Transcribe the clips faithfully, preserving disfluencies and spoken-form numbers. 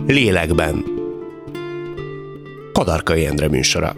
Lélekben. Kadarkai Endre műsora.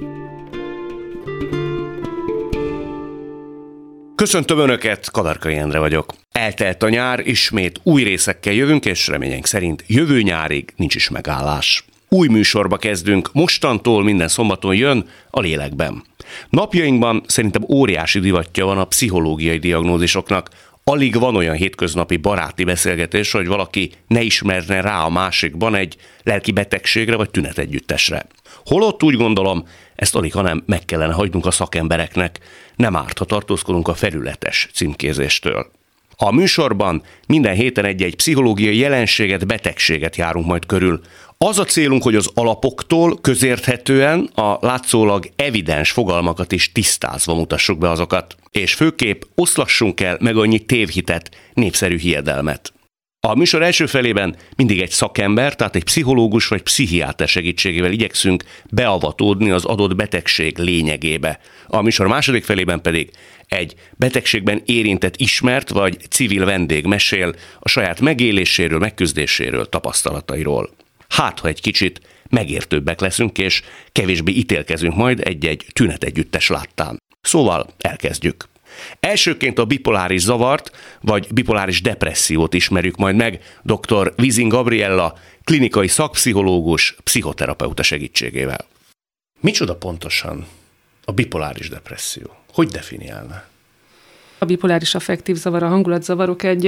Köszöntöm Önöket, Kadarkai Endre vagyok. Eltelt a nyár, ismét új részekkel jövünk, és reményeink szerint jövő nyárig nincs is megállás. Új műsorba kezdünk, mostantól minden szombaton jön a Lélekben. Napjainkban szerintem óriási divatja van a pszichológiai diagnózisoknak. Alig van olyan hétköznapi baráti beszélgetés, hogy valaki ne ismerne rá a másikban egy lelki betegségre vagy tünetegyüttesre. Holott úgy gondolom, ezt alig, hanem meg kellene hagynunk a szakembereknek, nem árt, ha tartózkodunk a felületes címkézéstől. A műsorban minden héten egy-egy pszichológiai jelenséget, betegséget járunk majd körül. Az a célunk, hogy az alapoktól közérthetően a látszólag evidens fogalmakat is tisztázva mutassuk be azokat, és főképp oszlassunk el meg annyi tévhitet, népszerű hiedelmet. A műsor első felében mindig egy szakember, tehát egy pszichológus vagy pszichiáter segítségével igyekszünk beavatódni az adott betegség lényegébe. A műsor második felében pedig egy betegségben érintett ismert vagy civil vendég mesél a saját megéléséről, megküzdéséről, tapasztalatairól. Hát, ha egy kicsit megértőbbek leszünk, és kevésbé ítélkezünk majd egy-egy tünetegyüttes láttán. Szóval elkezdjük. Elsőként a bipoláris zavart, vagy bipoláris depressziót ismerjük majd meg dr. Vizing Gabriella, klinikai szakpszichológus, pszichoterapeuta segítségével. Micsoda pontosan a bipoláris depresszió? Hogy definiálná? A bipoláris affektív zavar, a hangulatzavarok egy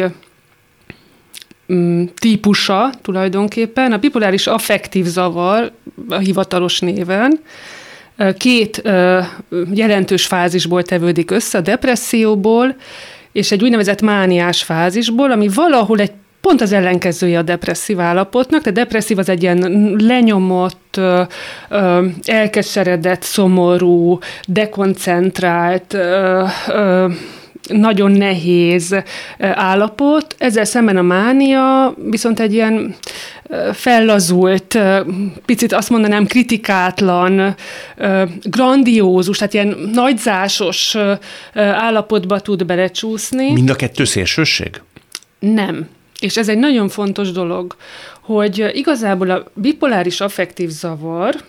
mm, típusa tulajdonképpen. A bipoláris affektív zavar a hivatalos néven két ö, jelentős fázisból tevődik össze, a depresszióból és egy úgynevezett mániás fázisból, ami valahol egy pont az ellenkezője a depresszív állapotnak. Tehát depresszív az egy ilyen lenyomott, ö, ö, elkeseredett, szomorú, dekoncentrált, ö, ö, nagyon nehéz állapot. Ezzel szemben a mánia viszont egy ilyen fellazult, picit azt mondanám kritikátlan, grandiózus, tehát ilyen nagyzásos állapotba tud belecsúszni. Mind a kettő szélsőség? Nem. És ez egy nagyon fontos dolog, hogy igazából a bipoláris affektív zavarnak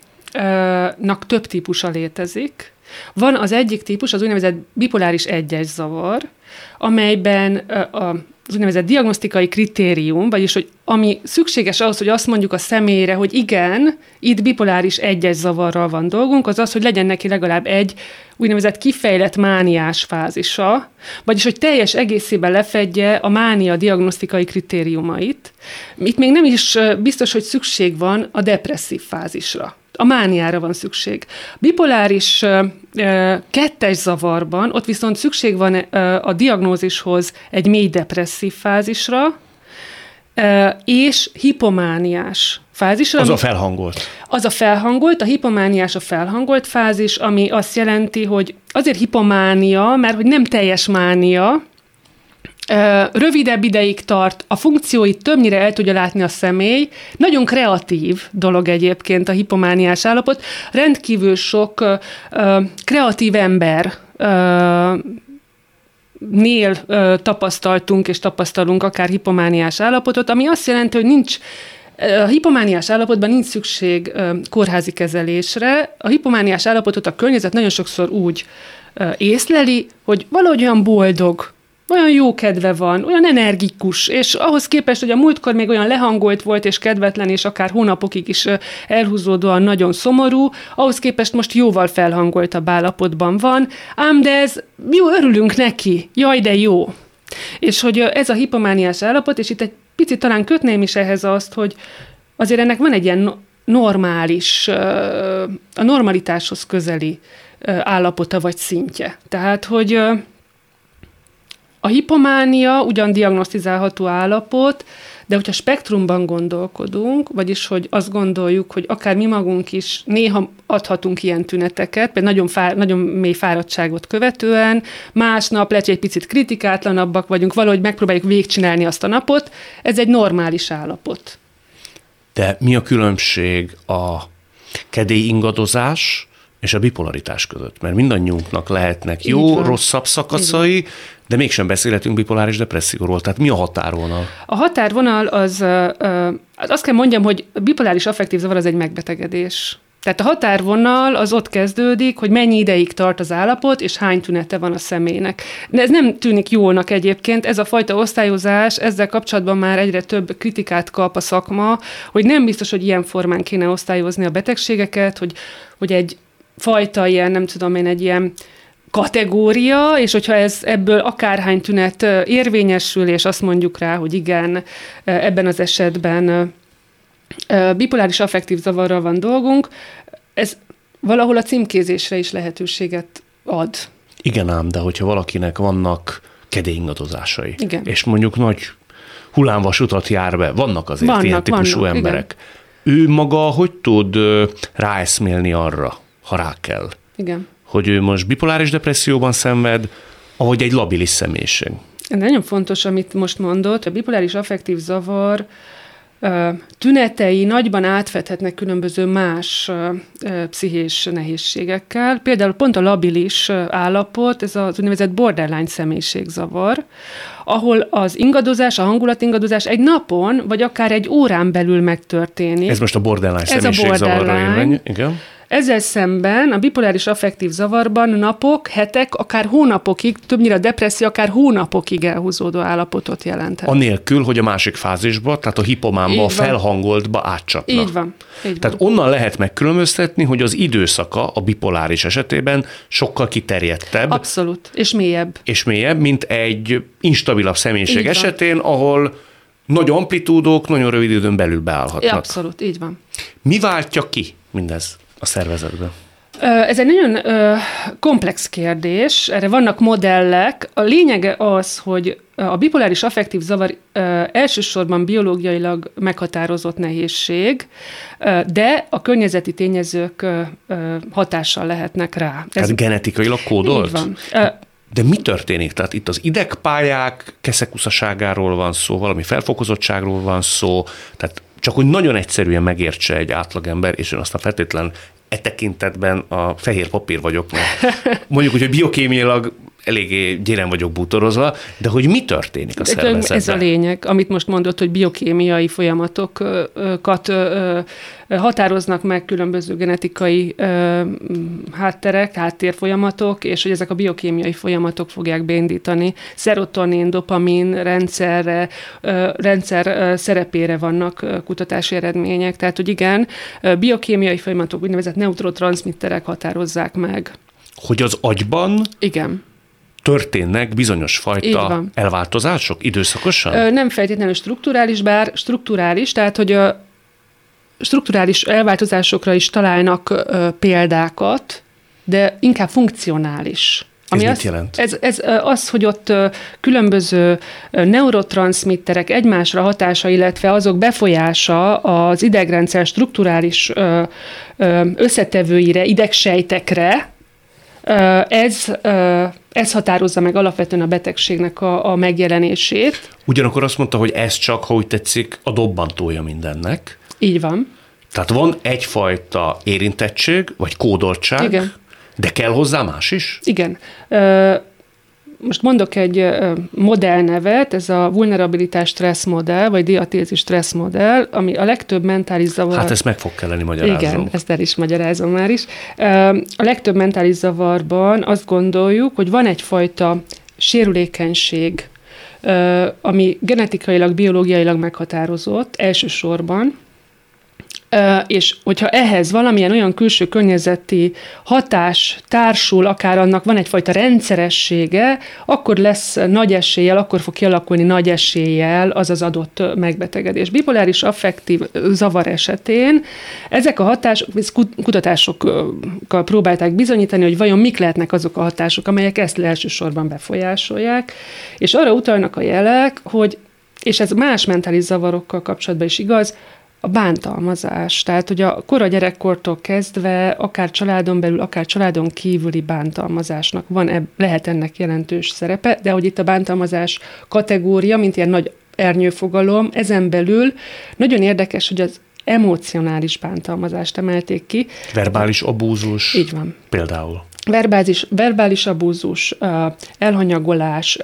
több típusa létezik. Van az egyik típus, az úgynevezett bipoláris egyes zavar, amelyben az úgynevezett diagnosztikai kritérium, vagyis hogy ami szükséges ahhoz, hogy azt mondjuk a személyre, hogy igen, itt bipoláris egyes zavarral van dolgunk, az az, hogy legyen neki legalább egy úgynevezett kifejlett mániás fázisa, vagyis hogy teljes egészében lefedje a mánia diagnosztikai kritériumait. Itt még nem is biztos, hogy szükség van a depresszív fázisra. A mániára van szükség. Bipoláris e, kettes zavarban, ott viszont szükség van e, a diagnózishoz egy mély depresszív fázisra, e, és hipomániás fázisra. Az a felhangolt. Az a felhangolt, a hipomániás a felhangolt fázis, ami azt jelenti, hogy azért hipománia, mert hogy nem teljes mánia, rövidebb ideig tart, a funkcióit többnyire el tudja látni a személy. Nagyon kreatív dolog egyébként a hipomániás állapot. Rendkívül sok uh, kreatív ember uh, nél uh, tapasztaltunk és tapasztalunk akár hipomániás állapotot, ami azt jelenti, hogy nincs a hipomániás állapotban nincs szükség uh, kórházi kezelésre. A hipomániás állapotot a környezet nagyon sokszor úgy uh, észleli, hogy valahogy olyan boldog, olyan jó kedve van, olyan energikus, és ahhoz képest, hogy a múltkor még olyan lehangolt volt, és kedvetlen, és akár hónapokig is elhúzódóan nagyon szomorú, ahhoz képest most jóval felhangoltabb állapotban van, ám de ez jó, örülünk neki, jaj, de jó. És hogy ez a hipomániás állapot, és itt egy picit talán kötném is ehhez azt, hogy azért ennek van egy ilyen normális, a normalitáshoz közeli állapota vagy szintje. Tehát, hogy a hipománia ugyan diagnosztizálható állapot, de hogyha spektrumban gondolkodunk, vagyis hogy azt gondoljuk, hogy akár mi magunk is néha adhatunk ilyen tüneteket, például nagyon, fá, nagyon mély fáradtságot követően, másnap lehet, hogy egy picit kritikátlanabbak vagyunk, valahogy megpróbáljuk végigcsinálni azt a napot, ez egy normális állapot. De mi a különbség a kedélyingadozás és a bipolaritás között? Mert mindannyiunknak lehetnek jó, rosszabb szakaszai, de mégsem beszélhetünk bipoláris depresszióról. Tehát mi a határvonal? A határvonal az, azt kell mondjam, hogy bipoláris affektív zavar az egy megbetegedés. Tehát a határvonal az ott kezdődik, hogy mennyi ideig tart az állapot, és hány tünete van a személynek. De ez nem tűnik jólnak egyébként, ez a fajta osztályozás, ezzel kapcsolatban már egyre több kritikát kap a szakma, hogy nem biztos, hogy ilyen formán kéne osztályozni a betegségeket, hogy, hogy egy fajta ilyen, nem tudom én, egy ilyen kategória, és hogyha ez ebből akárhány tünet érvényesül, és azt mondjuk rá, hogy igen, ebben az esetben bipoláris affektív zavarral van dolgunk, ez valahol a címkézésre is lehetőséget ad. Igen ám, de hogyha valakinek vannak kedélyingadozásai, igen. és mondjuk nagy hullámvasutat jár be, vannak azért vannak, ilyen típusú vannak, emberek. Igen. Ő maga hogy tud ráeszmélni arra, ha rá kell? Igen. Hogy ő most bipoláris depresszióban szenved, ahogy egy labilis személyiség. Nagyon fontos, amit most mondott, a bipoláris affektív zavar tünetei nagyban átfedhetnek különböző más pszichés nehézségekkel. Például pont a labilis állapot, ez az úgynevezett borderline személyiségzavar, ahol az ingadozás, a hangulatingadozás egy napon, vagy akár egy órán belül megtörténik. Ez most a borderline személyiségzavarra érvény, igen. Ezzel szemben a bipoláris affektív zavarban napok, hetek, akár hónapokig, többnyire a depresszió akár hónapokig elhúzódó állapotot jelenthet. Anélkül, hogy a másik fázisba, tehát a hipománba, a felhangoltba átcsapna. Így van. Így tehát van. onnan lehet megkülönböztetni, hogy az időszaka a bipoláris esetében sokkal kiterjedtebb. Abszolút, és mélyebb. És mélyebb, mint egy instabilabb személyiség esetén, ahol nagy amplitúdók nagyon rövid időn belül beállhatnak. Ja, abszolút, így van. Mi váltja ki mindez a szervezetben? Ez egy nagyon komplex kérdés, erre vannak modellek. A lényege az, hogy a bipoláris affektív zavar elsősorban biológiailag meghatározott nehézség, de a környezeti tényezők hatással lehetnek rá. Ez hát genetikailag kódolt? Így van. De mi történik? Tehát itt az idegpályák keszekuszaságáról van szó, valami felfokozottságról van szó, tehát csak hogy nagyon egyszerűen megértse egy átlagember, és én aztán feltétlen e tekintetben a fehér papír vagyok, mert mondjuk úgy, hogy biokémiailag eléggé gyéren vagyok bútorozva, de hogy mi történik a szervezetben? Ez a lényeg, amit most mondott, hogy biokémiai folyamatokat határoznak meg különböző genetikai hátterek, háttérfolyamatok, és hogy ezek a biokémiai folyamatok fogják beindítani. Szerotonin, dopamin rendszerre, rendszer szerepére vannak kutatási eredmények. Tehát, hogy igen, biokémiai folyamatok, úgynevezett neurotranszmitterek határozzák meg. Hogy az agyban? Igen. Történnek bizonyos fajta elváltozások időszakosan? Ö, nem feltétlenül strukturális, bár strukturális, tehát hogy a strukturális elváltozásokra is találnak ö, példákat, de inkább funkcionális. Ami ez az, mit jelent? Ez, ez az, hogy ott különböző neurotranszmitterek egymásra hatása, illetve azok befolyása az idegrendszer strukturális összetevőire, idegsejtekre, Ez, ez határozza meg alapvetően a betegségnek a, a megjelenését. Ugyanakkor azt mondta, hogy ez csak, ha úgy tetszik, a dobbantója mindennek. Így van. Tehát van egyfajta érintettség, vagy kódoltság, igen. De kell hozzá más is? Igen. Most mondok egy modellnevet, ez a vulnerabilitás stressz modell, vagy diatézis stressz modell, ami a legtöbb mentális zavar... Hát ezt meg fog kelleni magyaráznom. Igen, ezt el is magyarázom már is. A legtöbb mentális zavarban azt gondoljuk, hogy van egyfajta sérülékenység, ami genetikailag, biológiailag meghatározott elsősorban, és hogyha ehhez valamilyen olyan külső környezeti hatás társul, akár annak van egyfajta rendszeressége, akkor lesz nagy eséllyel, akkor fog kialakulni nagy eséllyel az az adott megbetegedés. Bipoláris affektív zavar esetén ezek a hatások, kutatásokkal próbálták bizonyítani, hogy vajon mik lehetnek azok a hatások, amelyek ezt elsősorban befolyásolják, és arra utalnak a jelek, hogy, és ez más mentális zavarokkal kapcsolatban is igaz, a bántalmazás. Tehát, hogy a kora gyerekkortól kezdve, akár családon belül, akár családon kívüli bántalmazásnak van, eb- lehet ennek jelentős szerepe, de hogy itt a bántalmazás kategória, mint ilyen nagy ernyőfogalom, ezen belül nagyon érdekes, hogy az emocionális bántalmazást emelték ki. Verbális abúzus. Így van. Például. Verbális, verbális abúzus, elhanyagolás,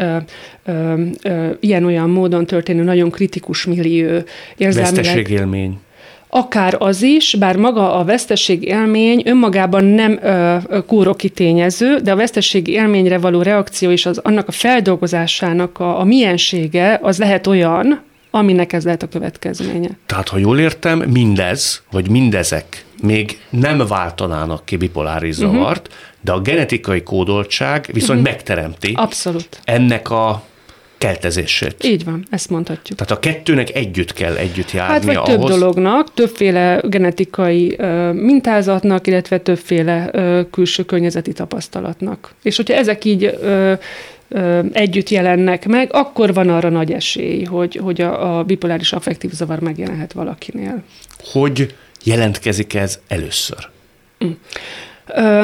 ilyen-olyan módon történő nagyon kritikus millió, érzelmileg. Veszteségélmény. Akár az is, bár maga a veszteség élmény önmagában nem ö, kúroki tényező, de a veszteség élményre való reakció és az, annak a feldolgozásának a, a miensége az lehet olyan, aminek ez lehet a következménye. Tehát, ha jól értem, mindez, vagy mindezek még nem váltanának ki bipoláris zavart, uh-huh. de a genetikai kódoltság viszont uh-huh. megteremti Abszolút. ennek a keltezését. Így van, ezt mondhatjuk. Tehát a kettőnek együtt kell együtt járnia Hát vagy ahhoz. több dolognak, többféle genetikai ö, mintázatnak, illetve többféle ö, külső környezeti tapasztalatnak. És hogyha ezek így ö, ö, együtt jelennek meg, akkor van arra nagy esély, hogy, hogy a, a bipoláris affektív zavar megjelenhet valakinél. Hogy jelentkezik ez először? Mm. Ö,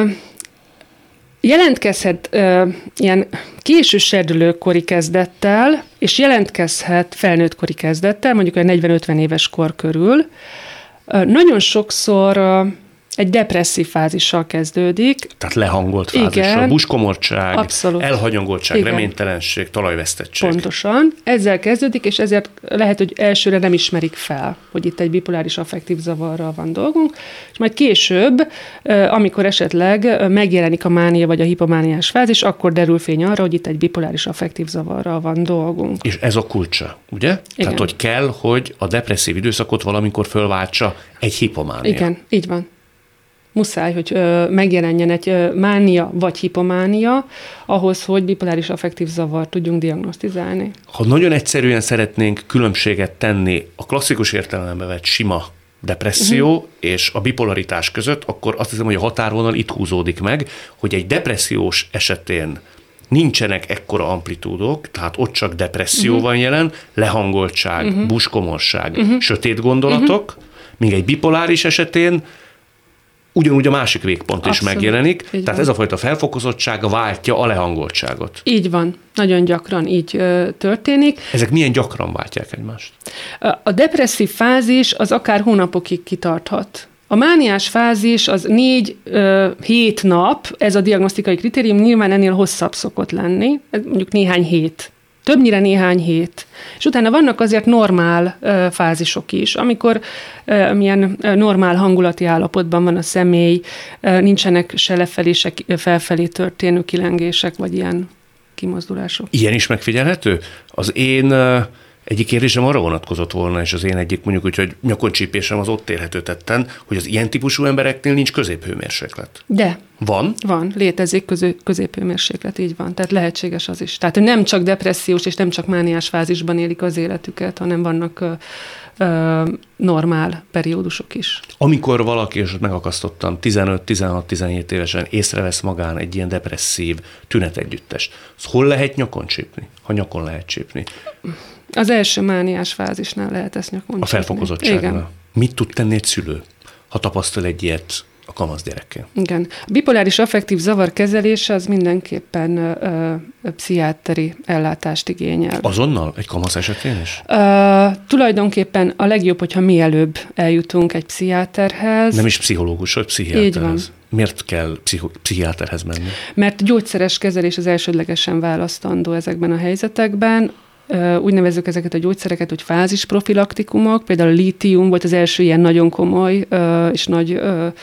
Jelentkezhet ö, ilyen késő serdülőkori kezdettel, és jelentkezhet felnőttkori kezdettel, mondjuk olyan negyven-ötven éves kor körül. Ö, nagyon sokszor ö, egy depresszív fázissal kezdődik. Tehát lehangolt fázissal. Buskomortság, abszolút. elhanyagoltság, Igen. reménytelenség, talajvesztettség. Pontosan. Ezzel kezdődik, és ezért lehet, hogy elsőre nem ismerik fel, hogy itt egy bipoláris affektív zavarral van dolgunk, és majd később, amikor esetleg megjelenik a mánia vagy a hipomániás fázis, akkor derül fény arra, hogy itt egy bipoláris affektív zavarral van dolgunk. És ez a kulcsa, ugye? Igen. Tehát, hogy kell, hogy a depresszív időszakot valamikor fölváltsa egy hipománia. Igen, így van. Muszáj, hogy ö, megjelenjen egy ö, mánia vagy hipománia ahhoz, hogy bipoláris affektív zavart tudjunk diagnosztizálni. Ha nagyon egyszerűen szeretnénk különbséget tenni a klasszikus értelemben vett sima depresszió uh-huh. és a bipolaritás között, akkor azt hiszem, hogy a határvonal itt húzódik meg, hogy egy depressziós esetén nincsenek ekkora amplitúdok, tehát ott csak depresszió uh-huh. van jelen, lehangoltság, uh-huh. buskomorság, uh-huh. sötét gondolatok, uh-huh. míg egy bipoláris esetén ugyanúgy a másik végpont Abszolút. is megjelenik, így tehát van. Ez a fajta felfokozottság váltja a lehangoltságot. Így van, nagyon gyakran így ö, történik. Ezek milyen gyakran váltják egymást? A depresszív fázis az akár hónapokig kitarthat. A mániás fázis az négy, ö, hét nap, ez a diagnosztikai kritérium, nyilván ennél hosszabb szokott lenni, mondjuk néhány hét. Többnyire néhány hét. És utána vannak azért normál ö, fázisok is, amikor ö, milyen ö, normál hangulati állapotban van a személy, ö, nincsenek se lefelé, se felfelé történő kilengések, vagy ilyen kimozdulások. Ilyen is megfigyelhető? Az én ö, egyik kérdésem arra vonatkozott volna, és az én egyik mondjuk úgy, hogy nyakoncsípésem az ott érhető tetten, hogy az ilyen típusú embereknél nincs középhőmérséklet. De. Van? Van, létezik közö, középhőmérséklet, így van. Tehát lehetséges az is. Tehát nem csak depressziós és nem csak mániás fázisban élik az életüket, hanem vannak ö, ö, normál periódusok is. Amikor valaki, és ott megakasztottam, tizenöt, tizenhat, tizenhét évesen észrevesz magán egy ilyen depresszív tünetegyüttest, az hol lehet nyakon csípni? Ha nyakon lehet csípni? Az első mániás fázisnál lehet ezt nyakon A felfokozottságnál. Igen. Mit tud tenni egy szülő, ha tapasztal egy ilyet a kamasz gyerekkel? Igen. A bipoláris affektív zavar kezelése az mindenképpen ö, ö, pszichiáteri ellátást igényel. Azonnal? Egy kamasz esetén is? Ö, tulajdonképpen a legjobb, hogyha mielőbb eljutunk egy pszichiáterhez. Nem is pszichológus, vagy pszichiáterhez. Miért kell pszicho- pszichiáterhez menni? Mert gyógyszeres kezelés az elsődlegesen választandó ezekben a helyzetekben. Úgy nevezzük ezeket a gyógyszereket, hogy fázisprofilaktikumok, például a lítium volt az első ilyen nagyon komoly és nagy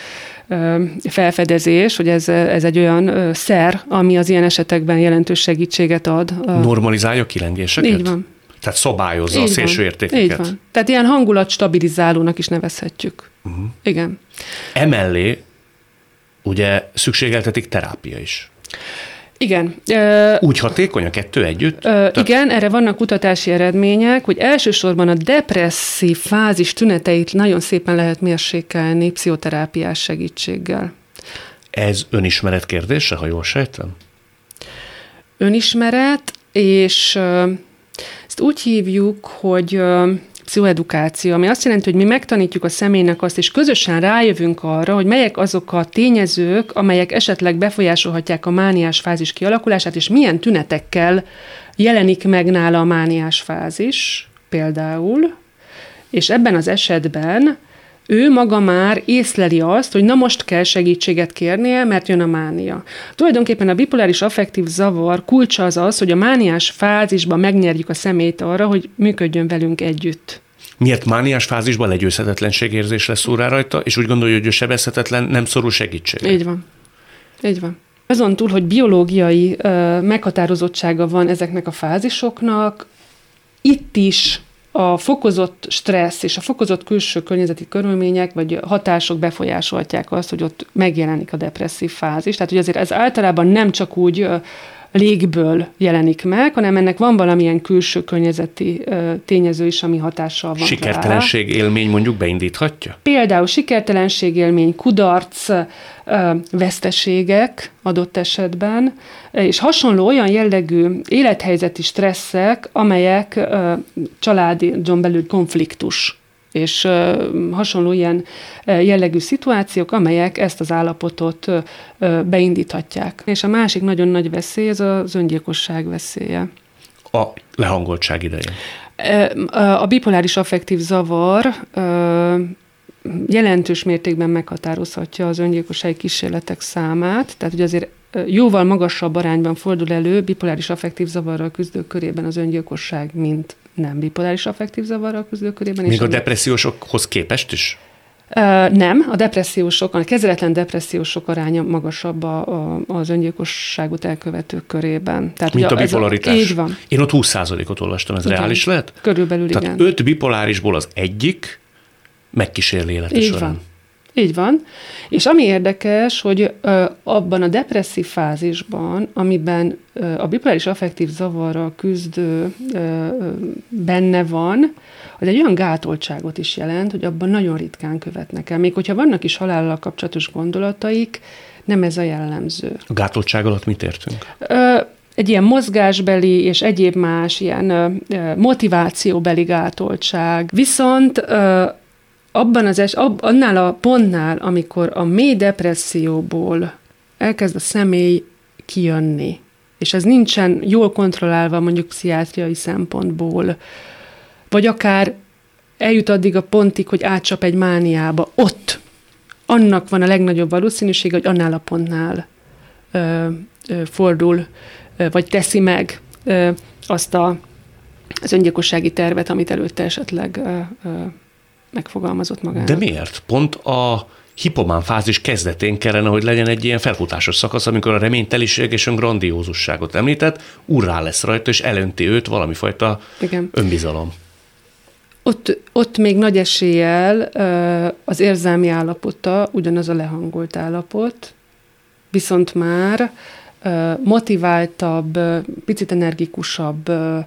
felfedezés, hogy ez, ez egy olyan szer, ami az ilyen esetekben jelentős segítséget ad. Normalizálja a kilengéseket? Így van. Tehát szabályozza Így a szélső van. értékeket? Így van. Tehát ilyen hangulatstabilizálónak is nevezhetjük. Uh-huh. Igen. Emellé ugye szükségeltetik terápia is. Igen. Úgy hatékony a kettő együtt? Ö, igen, erre vannak kutatási eredmények, hogy elsősorban a depresszív fázis tüneteit nagyon szépen lehet mérsékelni pszichoterápiás segítséggel. Ez önismeret kérdése, ha jól sejtem? Önismeret, és ezt úgy hívjuk, hogy pszichoedukáció, ami azt jelenti, hogy mi megtanítjuk a személynek azt, és közösen rájövünk arra, hogy melyek azok a tényezők, amelyek esetleg befolyásolhatják a mániás fázis kialakulását, és milyen tünetekkel jelenik meg nála a mániás fázis például, és ebben az esetben ő maga már észleli azt, hogy na most kell segítséget kérnie, mert jön a mánia. Tulajdonképpen a bipoláris affektív zavar kulcsa az az, hogy a mániás fázisban megnyerjük a személyt arra, hogy működjön velünk együtt. Miért mániás fázisban legyőzhetetlenségérzés lesz rá rajta, és úgy gondolja, hogy ő sebezhetetlen, nem szorul segítségre. Így van. Így van. Azon túl, hogy biológiai uh, meghatározottsága van ezeknek a fázisoknak, itt is a fokozott stressz és a fokozott külső környezeti körülmények vagy hatások befolyásolhatják azt, hogy ott megjelenik a depresszív fázis. Tehát, hogy azért ez általában nem csak úgy uh, légből jelenik meg, hanem ennek van valamilyen külső környezeti uh, tényező is, ami hatással van. Sikertelenség rá. Élmény mondjuk beindíthatja? Például sikertelenség élmény, kudarc, uh, veszteségek adott esetben, és hasonló olyan jellegű élethelyzeti stresszek, amelyek uh, családon belül konfliktus, és uh, hasonló ilyen uh, jellegű szituációk, amelyek ezt az állapotot uh, beindíthatják. És a másik nagyon nagy veszély, ez az öngyilkosság veszélye. A lehangoltság idején. Uh, a bipoláris affektív zavar uh, jelentős mértékben meghatározhatja az öngyilkossági kísérletek számát, tehát ugye azért jóval magasabb arányban fordul elő bipoláris affektív zavarral küzdők körében az öngyilkosság, mint nem bipoláris affektív zavarral küzdők körében. Még a depressziósokhoz képest is? Nem, a depressziósok, a kezeletlen depressziósok aránya magasabb a, a, az öngyilkosságot elkövetők körében. Tehát mint a bipolaritás. A, így van. Én ott húsz százalékot olvastam, ez igen. Reális lehet? Körülbelül Tehát igen. öt bipolárisból az egyik megkísérli élete így során. Van. Így van. És ami érdekes, hogy ö, abban a depresszív fázisban, amiben ö, a bipoláris affektív zavarral küzdő ö, ö, benne van, az egy olyan gátoltságot is jelent, hogy abban nagyon ritkán követnek el. Még hogyha vannak is halállal kapcsolatos gondolataik, nem ez a jellemző. A gátoltság alatt mit értünk? Ö, egy ilyen mozgásbeli és egyéb más ilyen ö, motivációbeli gátoltság. Viszont ö, abban az es, ab, annál a pontnál, amikor a mély depresszióból elkezd a személy kijönni, és ez nincsen jól kontrollálva mondjuk pszichiátriai szempontból, vagy akár eljut addig a pontig, hogy átcsap egy mániába, ott annak van a legnagyobb valószínűsége, hogy annál a pontnál ö, ö, fordul, ö, vagy teszi meg ö, azt a, az öngyilkossági tervet, amit előtte esetleg ö, ö, megfogalmazott magának. De miért? Pont a hipomán fázis kezdetén kellene, hogy legyen egy ilyen felfutásos szakasz, amikor a reményteliség és öngrandiózusságot említett, urrá lesz rajta, és elönti őt valami fajta igen. önbizalom. Ott, ott még nagy eséllyel az érzelmi állapota ugyanaz a lehangolt állapot, viszont már motiváltabb, picit energikusabb,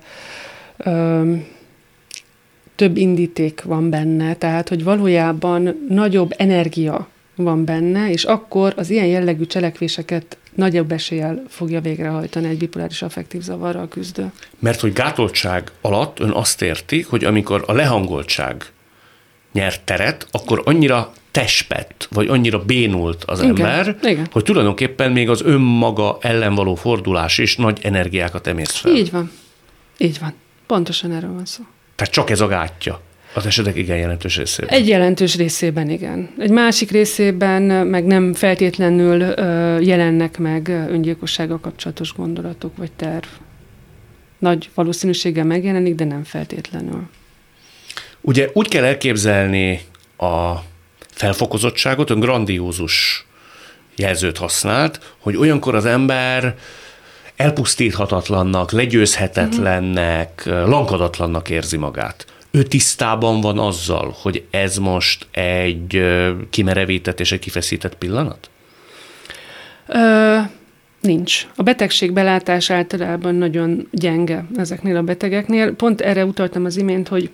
több indíték van benne, tehát, hogy valójában nagyobb energia van benne, és akkor az ilyen jellegű cselekvéseket nagyobb eséllyel fogja végrehajtani egy bipoláris affektív zavarral küzdő. Mert hogy gátoltság alatt ön azt érti, hogy amikor a lehangoltság nyert teret, akkor annyira tespett, vagy annyira bénult az igen, ember, igen. hogy tulajdonképpen még az önmaga ellen való fordulás is nagy energiákat emészt fel. Így van. Így van. Pontosan erről van szó. Tehát csak ez a gátja az esetek igen jelentős részében. Egy jelentős részében igen. Egy másik részében meg nem feltétlenül ö, jelennek meg öngyilkossággal kapcsolatos gondolatok vagy terv. Nagy valószínűséggel megjelenik, de nem feltétlenül. Ugye úgy kell elképzelni a felfokozottságot, ön grandiózus jelzőt használt, hogy olyankor az ember elpusztíthatatlannak, legyőzhetetlennek, uh-huh. lankadatlannak érzi magát. Ő tisztában van azzal, hogy ez most egy kimerevített és egy kifeszített pillanat? Ö, nincs. A betegségbelátás általában nagyon gyenge ezeknél a betegeknél. Pont erre utaltam az imént, hogy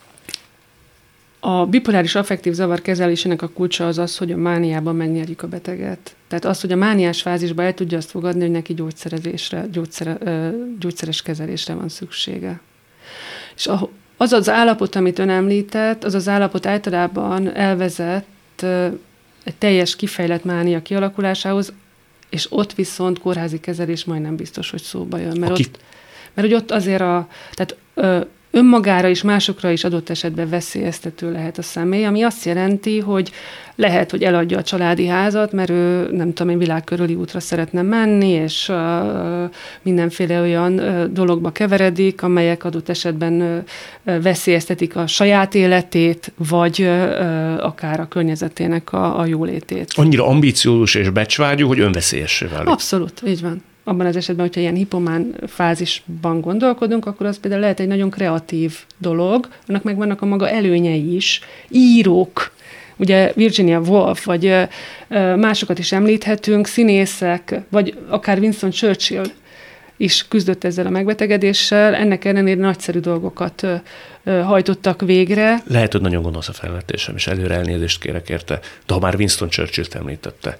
a bipoláris affektív zavar kezelésének a kulcsa az az, hogy a mániában megnyerjük a beteget. Tehát az, hogy a mániás fázisban el tudja azt fogadni, hogy neki gyógyszerezésre, gyógyszere, gyógyszeres kezelésre van szüksége. És az az állapot, amit ön említett, az az állapot általában elvezet egy teljes kifejlett mánia kialakulásához, és ott viszont kórházi kezelés majdnem biztos, hogy szóba jön. Mert, Aki... ott, mert hogy ott azért a... Tehát, ö, önmagára és másokra is adott esetben veszélyeztető lehet a személy, ami azt jelenti, hogy lehet, hogy eladja a családi házat, mert ő nem tudom én világ körüli útra szeretne menni, és uh, mindenféle olyan uh, dologba keveredik, amelyek adott esetben uh, veszélyeztetik a saját életét, vagy uh, akár a környezetének a, a jólétét. Annyira ambiciózus és becsvágyú, hogy önveszélyessé válik. Abszolút, így van. Abban az esetben, hogyha ilyen hipomán fázisban gondolkodunk, akkor az például lehet egy nagyon kreatív dolog, annak meg vannak a maga előnyei is. Írók, ugye Virginia Woolf, vagy másokat is említhetünk, színészek, vagy akár Winston Churchill is küzdött ezzel a megbetegedéssel, ennek ellenére nagyszerű dolgokat hajtottak végre. Lehet, hogy nagyon gonosz a felvetésem, és előre elnézést kérek érte, de ha már Winston Churchillt említette,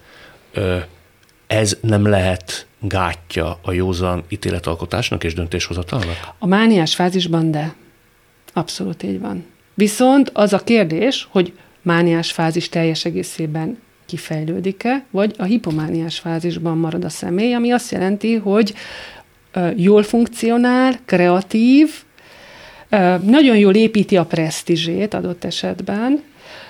ez nem lehet gátja a józan ítéletalkotásnak és döntéshozatalnak? A mániás fázisban de. Abszolút így van. Viszont az a kérdés, hogy mániás fázis teljes egészében kifejlődik-e, vagy a hipomániás fázisban marad a személy, ami azt jelenti, hogy jól funkcionál, kreatív, nagyon jól építi a presztízsét adott esetben,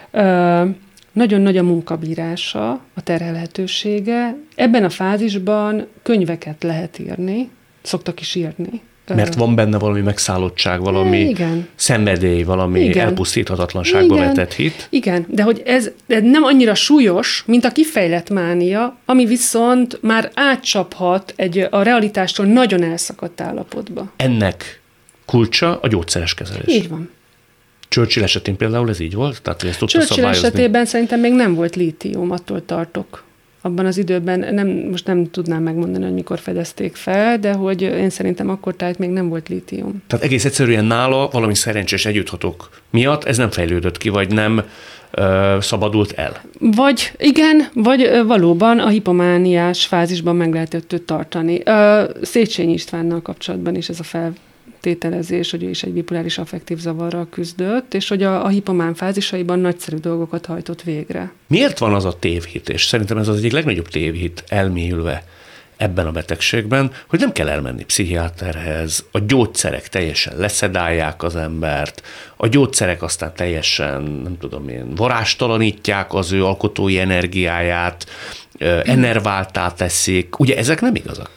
nagyon nagy a munkabírása, a terhelhetősége. Ebben a fázisban könyveket lehet írni, szoktak is írni. Mert van benne valami megszállottság, valami igen. szenvedély, valami igen. elpusztíthatatlanságba igen. vetett hit. Igen, de hogy ez nem annyira súlyos, mint a kifejlett mánia, ami viszont már átcsaphat egy a realitástól nagyon elszakadt állapotba. Ennek kulcsa a gyógyszeres kezelés. Így van. Churchill esetén például ez így volt? Tehát, hogy ezt tudta Churchill szabályozni? esetében szerintem még nem volt lítium, attól tartok. Abban az időben, nem, most nem tudnám megmondani, hogy mikor fedezték fel, de hogy én szerintem akkor tájt még nem volt lítium. Tehát egész egyszerűen nála valami szerencsés együtthatók miatt ez nem fejlődött ki, vagy nem ö, szabadult el? Vagy igen, vagy valóban a hipomániás fázisban meg lehetett őt tartani. Széchenyi Istvánnal kapcsolatban is ez a fel tételezés, hogy ő is egy bipoláris affektív zavarral küzdött, és hogy a, a hipomán fázisaiban nagyszerű dolgokat hajtott végre. Miért van az a tévhit, és szerintem ez az egyik legnagyobb tévhit elmélyülve ebben a betegségben, hogy nem kell elmenni pszichiáterhez, a gyógyszerek teljesen leszedálják az embert, a gyógyszerek aztán teljesen, nem tudom én, varástalanítják az ő alkotói energiáját, enerváltá teszik. Ugye ezek nem igazak?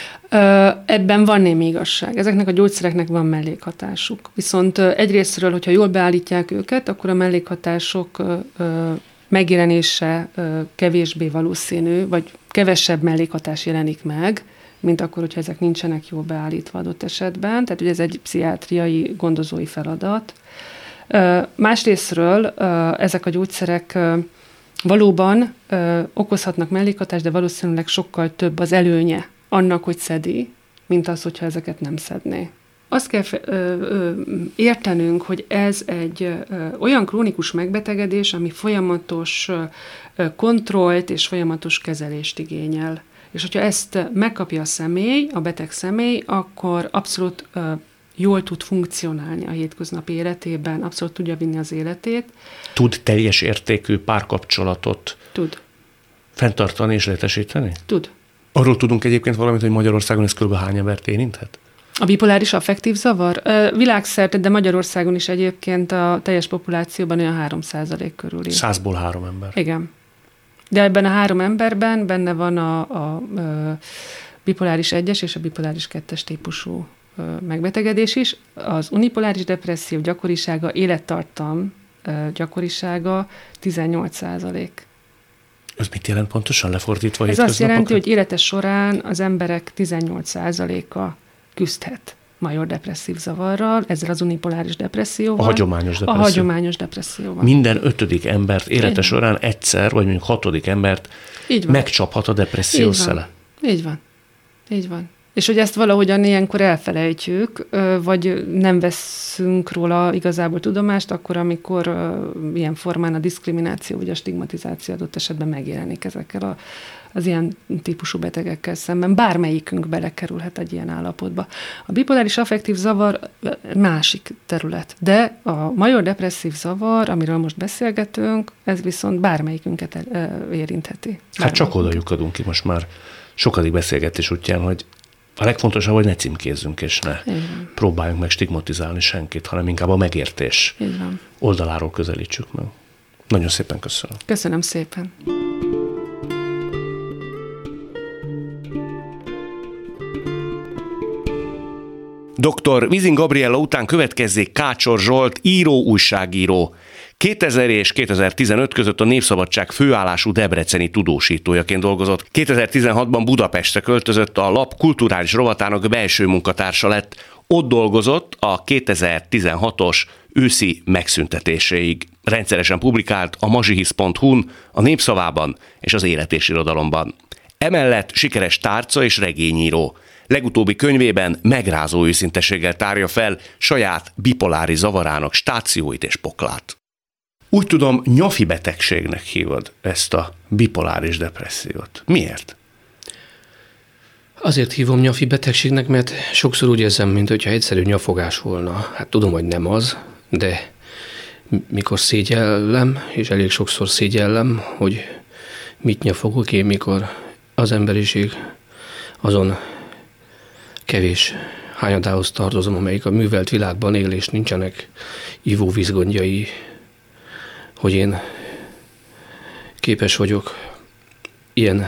Ebben van némi igazság. Ezeknek a gyógyszereknek van mellékhatásuk. Viszont egyrésztről, hogyha jól beállítják őket, akkor a mellékhatások megjelenése kevésbé valószínű, vagy kevesebb mellékhatás jelenik meg, mint akkor, hogyha ezek nincsenek jól beállítva adott esetben. Tehát ugye ez egy pszichiátriai gondozói feladat. Másrésztről ezek a gyógyszerek valóban okozhatnak mellékhatást, de valószínűleg sokkal több az előnye annak, hogy szedi, mint az, hogyha ezeket nem szedné. Azt kell ö, ö, értenünk, hogy ez egy ö, olyan krónikus megbetegedés, ami folyamatos ö, kontrollt és folyamatos kezelést igényel. És hogyha ezt megkapja a személy, a beteg személy, akkor abszolút ö, jól tud funkcionálni a hétköznapi életében, abszolút tudja vinni az életét. Tud teljes értékű párkapcsolatot Tud. fenntartani és létesíteni? Tud. Arról tudunk egyébként valamit, hogy Magyarországon ez kb. Hány embert érinthet? A bipoláris affektív zavar? Világszerte, de Magyarországon is egyébként a teljes populációban olyan három százalék körül. Százból három ember. Igen. De ebben a három emberben benne van a, a, a bipoláris egyes és a bipoláris kettes típusú megbetegedés is. Az unipoláris depresszió gyakorisága, élettartam gyakorisága tizennyolc százalék. Ez mit jelent pontosan lefordítva? Ez azt jelenti, hogy élete során az emberek tizennyolc százaléka küzdhet major depresszív zavarral, ezzel az unipoláris depresszióval. A hagyományos depresszió. A hagyományos depresszióval. Minden ötödik embert élete során egyszer, vagy mondjuk hatodik embert megcsaphat a depresszió Így szele. Van. Így van. Így van. És hogy ezt valahogyan ilyenkor elfelejtjük, vagy nem veszünk róla igazából tudomást, akkor, amikor ilyen formán a diszkrimináció vagy a stigmatizáció adott esetben megjelenik ezekkel a, az ilyen típusú betegekkel szemben. Bármelyikünk belekerülhet egy ilyen állapotba. A bipoláris affektív zavar másik terület, de a major depresszív zavar, amiről most beszélgetünk, ez viszont bármelyikünket érintheti. Hát csak oda lyukadunk ki most már sokadik beszélgetés útján, hogy A legfontosabb, hogy ne címkézzünk, és ne Igen. próbáljunk meg stigmatizálni senkit, hanem inkább a megértés Igen. oldaláról közelítsük meg. Nagyon szépen köszönöm. Köszönöm szépen. doktor Vizing Gabriella után következzék Kácsor Zsolt, író, újságíró. kétezer és kétezer-tizenöt között a Népszabadság főállású debreceni tudósítójaként dolgozott. kétezer-tizenhatban Budapestre költözött, a lap kulturális rovatának belső munkatársa lett. Ott dolgozott a kétezer-tizenhatos őszi megszüntetéséig. Rendszeresen publikált a mazsihisz pont hu-n, a Népszavában és az Élet és Irodalomban. Emellett sikeres tárca és regényíró. Legutóbbi könyvében megrázó őszintességgel tárja fel saját bipolári zavarának stációit és poklát. Úgy tudom, nyafi betegségnek hívod ezt a bipoláris depressziót. Miért? Azért hívom nyafi betegségnek, mert sokszor úgy érzem, mintha egyszerű nyafogás volna. Hát tudom, hogy nem az, de mikor szégyellem, és elég sokszor szégyellem, hogy mit nyafogok én, mikor az emberiség azon kevés hányadához tartozom, amelyik a művelt világban él, és nincsenek ivóvízgondjai, hogy én képes vagyok ilyen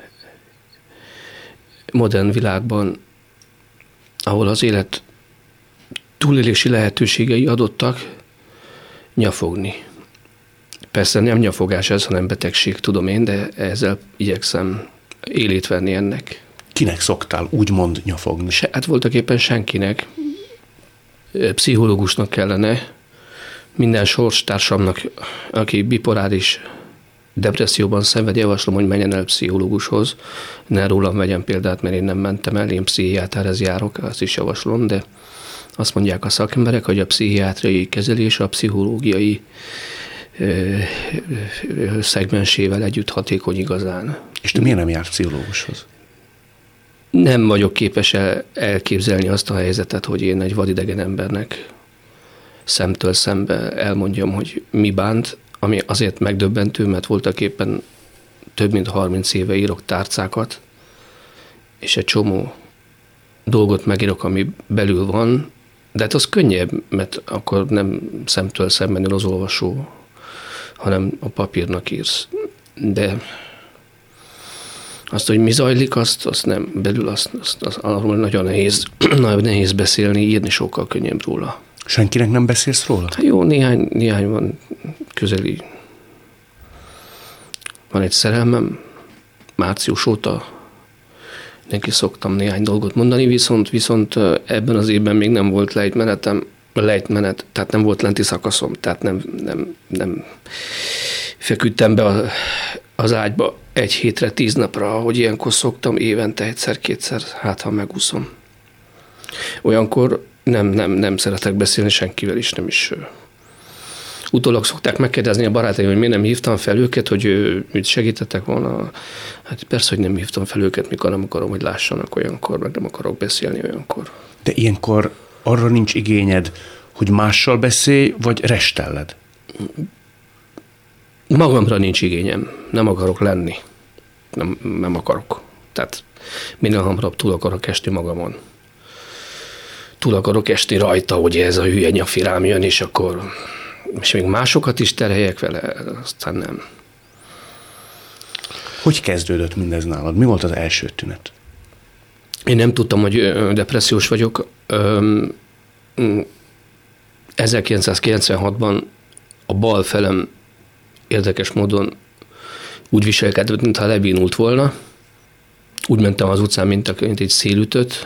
modern világban, ahol az élet túlélési lehetőségei adottak, nyafogni. Persze nem nyafogás ez, hanem betegség, tudom én, de ezzel igyekszem élét venni ennek. Kinek szoktál úgymond nyafogni? Se, hát voltak éppen senkinek. Pszichológusnak kellene, minden sorstársamnak, aki bipoláris depresszióban szenved, javaslom, hogy menjen el pszichológushoz. Ne rólam vegyen példát, mert én nem mentem el, én pszichiáterhez járok, azt is javaslom, de azt mondják a szakemberek, hogy a pszichiátriai kezelés a pszichológiai ö, ö, szegmensével együtt hatékony igazán. És te miért nem jársz pszichológushoz? Nem vagyok képes el, elképzelni azt a helyzetet, hogy én egy vadidegen embernek szemtől szembe elmondjam, hogy mi bánt, ami azért megdöbbentő, mert voltak éppen több mint harminc éve írok tárcákat, és egy csomó dolgot megírok, ami belül van, de hát az könnyebb, mert akkor nem szemtől szemben az olvasó, hanem a papírnak írsz. De azt, hogy mi zajlik, azt, azt nem, belül azt, azt, azt arról nagyon nehéz, nagyon nehéz beszélni, írni sokkal könnyebb róla. Senkinek nem beszélsz róla? Hát jó, néhány, néhány van közeli. Van egy szerelmem, március óta neki szoktam néhány dolgot mondani, viszont, viszont ebben az évben még nem volt lejtmenetem, lejtmenet, tehát nem volt lenti szakaszom, tehát nem, nem, nem feküdtem be a, az ágyba egy hétre, tíz napra, ahogy ilyenkor szoktam, évente egyszer-kétszer, hát ha megúszom. Olyankor nem, nem, nem szeretek beszélni senkivel is, nem is. Utólag szokták megkérdezni a barátaim, hogy miért nem hívtam fel őket, hogy mit segítettek volna. Hát persze, hogy nem hívtam fel őket, mikor nem akarom, hogy lássanak olyankor, meg nem akarok beszélni olyankor. De ilyenkor arra nincs igényed, hogy mással beszélj, vagy restelled? Magamra nincs igényem. Nem akarok lenni. Nem, nem akarok. Tehát minél hamarabb túl akarok esni magamon. Túl akarok esni rajta, hogy ez a hülye nyafi rám jön, és akkor és még másokat is terheljek vele, aztán nem. Hogy kezdődött mindez nálad? Mi volt az első tünet? Én nem tudtam, hogy depressziós vagyok. ezerkilencszázkilencvenhatban a bal felem érdekes módon úgy viselkedett, mintha lebénult volna. Úgy mentem az utcán, mint, mint egy szélütött.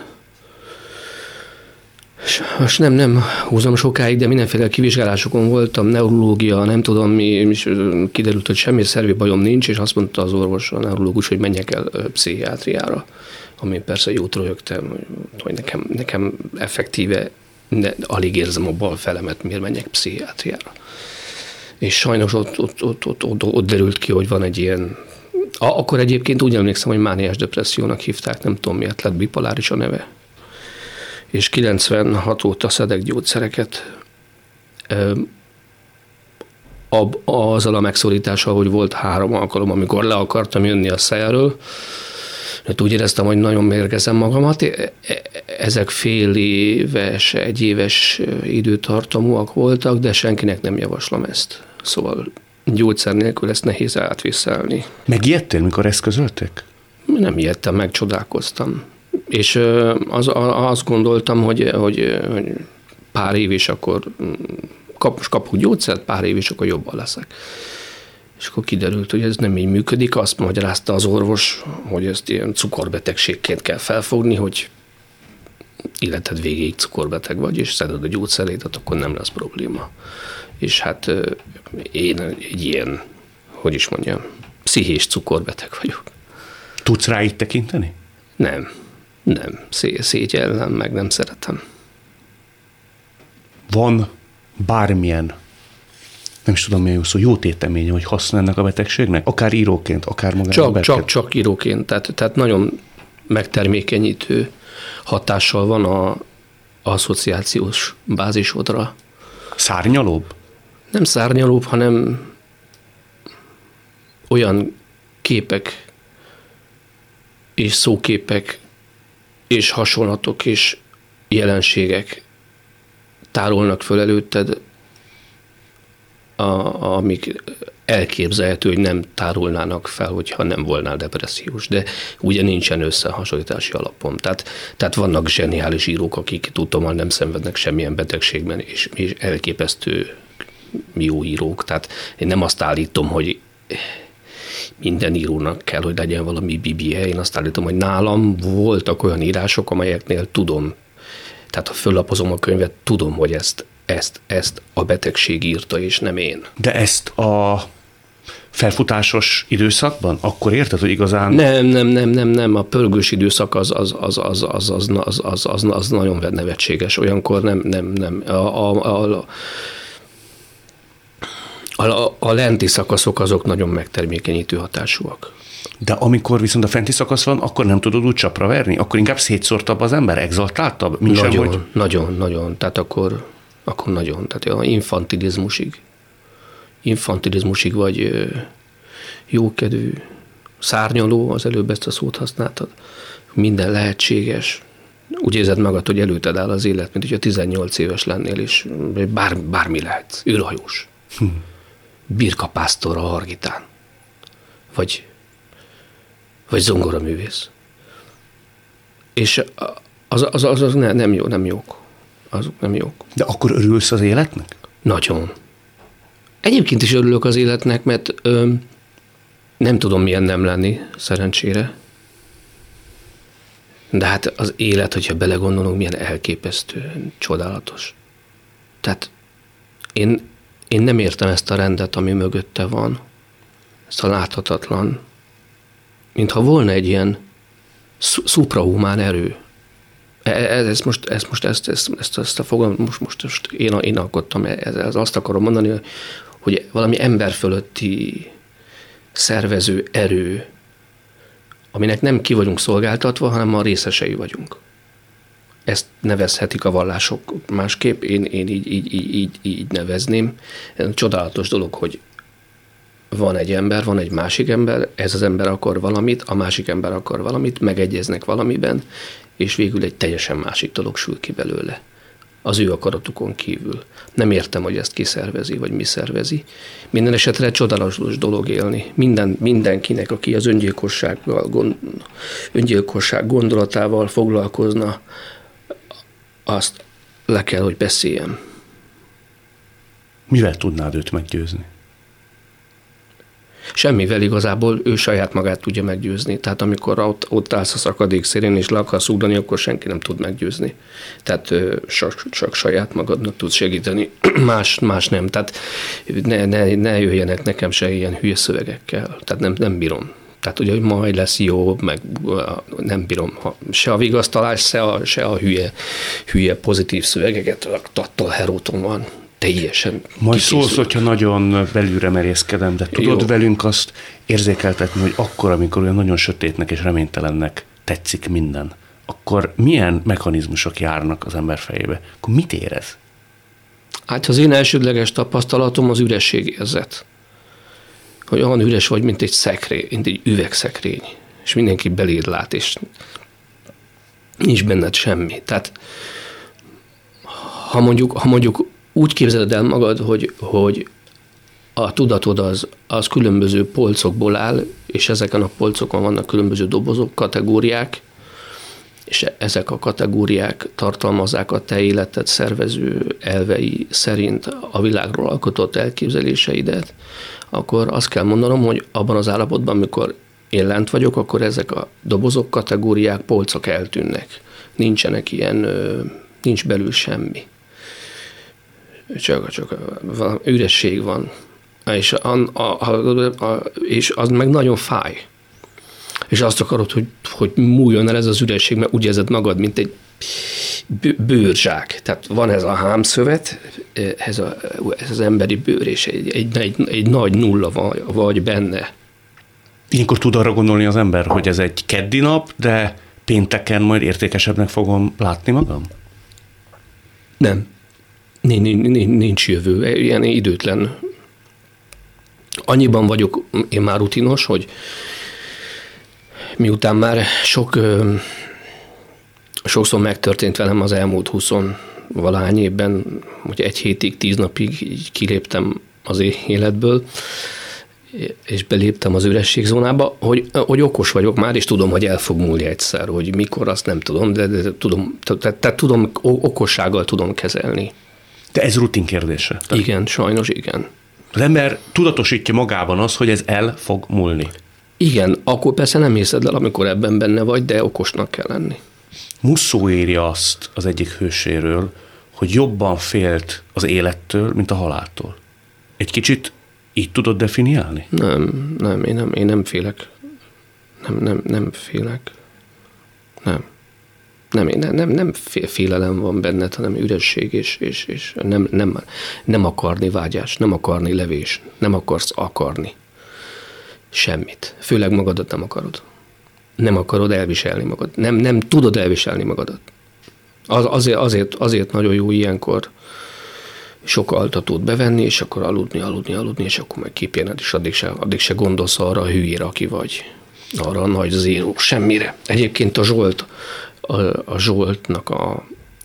Most nem, nem húzom sokáig, de mindenféle kivizsgálásokon voltam, neurológia, nem tudom mi, és kiderült, hogy semmi szervi bajom nincs, és azt mondta az orvos, a neurológus, hogy menjek el pszichiátriára, ami persze jót röhögtem, hogy nekem, nekem effektíve, de alig érzem a bal felemet, miért menjek pszichiátriára. És sajnos ott, ott, ott, ott, ott, ott derült ki, hogy van egy ilyen, akkor egyébként úgy emlékszem, hogy mániás depressziónak hívták, nem tudom miért lett bipoláris a neve. És kilencvenhat óta szedek gyógyszereket. Azzal a megszorítással, hogy volt három alkalom, amikor le akartam jönni a szelről, Hát úgy éreztem, hogy nagyon mérgezem magamat. Ezek fél éves, egy éves időtartamúak voltak, de senkinek nem javaslom ezt. Szóval gyógyszer nélkül ezt nehéz átvészelni. Megijedtél, mikor ezt közölték? Nem ijedtem, megcsodálkoztam. És az, azt gondoltam, hogy, hogy, hogy pár év és akkor kap, kapok gyógyszert, pár év és akkor jobban leszek. És akkor kiderült, hogy ez nem így működik. Azt magyarázta az orvos, hogy ezt ilyen cukorbetegségként kell felfogni, hogy életed végéig cukorbeteg vagy, és szeded a gyógyszerédet, akkor nem lesz probléma. És hát én egy ilyen, hogy is mondjam, pszichés cukorbeteg vagyok. Tudsz rá így tekinteni? Nem, nem. Szé- szégyellem, meg nem szeretem. Van bármilyen, nem is tudom, milyen jó szó, jó téteménye, hogy haszna ennek a betegségnek? Akár íróként, akár magának. Csak, csak, csak íróként. Tehát, tehát nagyon megtermékenyítő hatással van a asszociációs bázisodra. Szárnyalóbb? Nem szárnyalóbb, hanem olyan képek és szóképek és hasonlatok és jelenségek tárolnak föl előtted, a, amik elképzelhető, hogy nem tárolnának fel, hogyha nem volnál depressziós, de ugye nincsen összehasonlítási alapom. Tehát, tehát vannak zseniális írók, akik tudtommal nem szenvednek semmilyen betegségben, és, és elképesztő jó írók. Tehát én nem azt állítom, hogy minden írónak kell, hogy legyen valami bibije. Én azt állítom, hogy nálam voltak olyan írások, amelyeknél tudom, tehát ha föllapozom a könyvet, tudom, hogy ezt, ezt, ezt a betegség írta, és nem én. De ezt a felfutásos időszakban? Akkor érted, hogy igazán... Nem, nem, nem, nem, nem. A pörgős időszak az, az, az, az, az, az, az, az, az, az nagyon nevetséges. Olyankor nem, nem, nem. A, a, a, a, a lenti szakaszok azok nagyon megtermékenyítő hatásúak. De amikor viszont a fenti szakasz van, akkor nem tudod úgy csapra verni? Akkor inkább szétszórtabb az ember? Exaltáltabb? Mint nagyon, sem, hogy... nagyon, nagyon. Tehát akkor, akkor nagyon. Tehát a infantilizmusig. Infantilizmusig vagy jókedvű, szárnyaló, az előbb ezt a szót használtad. Minden lehetséges. Úgy érzed magad, hogy előtted áll az élet, mint hogyha tizennyolc éves lennél, és bár, bármi lehet. Űrhajós. Hm. Birkapásztor a Hargitán. Vagy, vagy zongoraművész. És az, az, az, az ne, nem jó, nem jók. Azok nem jók. De akkor örülsz az életnek? Nagyon. Egyébként is örülök az életnek, mert ö, nem tudom milyen nem lenni, szerencsére. De hát az élet, hogyha belegondolunk, milyen elképesztő, csodálatos. Tehát én, én nem értem ezt a rendet, ami mögötte van, ezt a láthatatlan, mintha volna egy ilyen szuprahumán erő. Ez most, ez most ezt, ezt, ezt, ezt a fogalmat most, most, most én, én alkottam, ez, ez azt akarom mondani, hogy valami ember fölötti szervező erő, aminek nem ki vagyunk szolgáltatva, hanem a részesei vagyunk. Ezt nevezhetik a vallások másképp, én, én így, így, így, így, így nevezném. Csodálatos dolog, hogy van egy ember, van egy másik ember, ez az ember akar valamit, a másik ember akar valamit, megegyeznek valamiben, és végül egy teljesen másik dolog sül ki belőle. Az ő akaratukon kívül. Nem értem, hogy ezt ki szervezi, vagy mi szervezi. Minden esetre csodálatos dolog élni. Minden, mindenkinek, aki az öngyilkossággal, gond, öngyilkosság gondolatával foglalkozna, azt le kell, hogy beszéljem. Mivel tudnád őt meggyőzni? Semmivel igazából ő saját magát tudja meggyőzni. Tehát amikor ott, ott állsz a szakadék szélén és le akarsz ugrani, akkor senki nem tud meggyőzni. Tehát csak, csak saját magadnak tudsz segíteni, más, más nem. Tehát ne, ne, ne jöjjenek nekem se ilyen hülye szövegekkel. Tehát nem, nem bírom. Tehát ugye, hogy majd lesz jó, meg nem bírom se a vigasztalás, se a, se a hülye, hülye pozitív szövegeket, attól heróton van. Teljesen Majd kikészült. szólsz, hogyha nagyon belülre merészkedem, de tudod Jó. velünk azt érzékeltetni, hogy akkor, amikor olyan nagyon sötétnek és reménytelennek tetszik minden, akkor milyen mechanizmusok járnak az ember fejébe? Akkor mit érez? Hát az én elsődleges tapasztalatom az ürességérzet. Hogy olyan üres vagy, mint egy szekrény, mint egy üvegszekrény. és mindenki beléd lát, és nincs benned semmi. Tehát ha mondjuk, ha mondjuk úgy képzeled el magad, hogy, hogy a tudatod az, az különböző polcokból áll, és ezeken a polcokon vannak különböző dobozok, kategóriák, és ezek a kategóriák tartalmazzák a te életed szervező elvei szerint a világról alkotott elképzeléseidet, akkor azt kell mondanom, hogy abban az állapotban, amikor én lent vagyok, akkor ezek a dobozok, kategóriák, polcok eltűnnek. Nincsenek ilyen, nincs belül semmi. Csak, csak valami üresség van. És, a, a, a, a, és az meg nagyon fáj. És azt akarod, hogy, hogy múljon el ez az üresség, mert úgy érzed magad, mint egy bőrzsák. Tehát van ez a hámszövet, ez, a, ez az emberi bőr, és egy, egy, egy, egy nagy nulla vagy, vagy benne. Ilyenkor tud arra gondolni az ember, hogy ez egy keddi nap, de pénteken majd értékesebbnek fogom látni magam? Nem. Nincs jövő. Ilyen időtlen. Annyiban vagyok én már rutinos, hogy miután már sok, sokszor megtörtént velem az elmúlt huszonvalahány évben, hogy egy hétig, tíz napig így kiléptem az életből, és beléptem az ürességzónába, hogy, hogy okos vagyok már, és tudom, hogy el fog múlni egyszer, hogy mikor, azt nem tudom, de, de tudom, tehát, tehát tudom, okossággal tudom kezelni. De ez rutin kérdése. Tehát igen, sajnos igen. Az ember tudatosítja magában az, hogy ez el fog múlni. Igen, akkor persze nem hiszed el, amikor ebben benne vagy, de okosnak kell lenni. Musso írja azt az egyik hőséről, hogy jobban félt az élettől, mint a haláltól. Egy kicsit így tudod definiálni? Nem, nem, én nem, én nem félek. Nem, nem, nem félek. Nem. Nem, nem, nem, nem félelem van benned, hanem üresség, és, és, és nem, nem, nem akarni vágyás, nem akarni levés, nem akarsz akarni semmit. Főleg magadat nem akarod. Nem akarod elviselni magad. Nem, nem tudod elviselni magadat. Az, azért, azért, azért nagyon jó ilyenkor sok altatót bevenni, és akkor aludni, aludni, aludni, és akkor meg kipéned, és addig se, addig se gondolsz arra a hülyére, aki vagy. Arra a nagy zéró, semmire. Egyébként a Zsolt, a, a Zsoltnak a,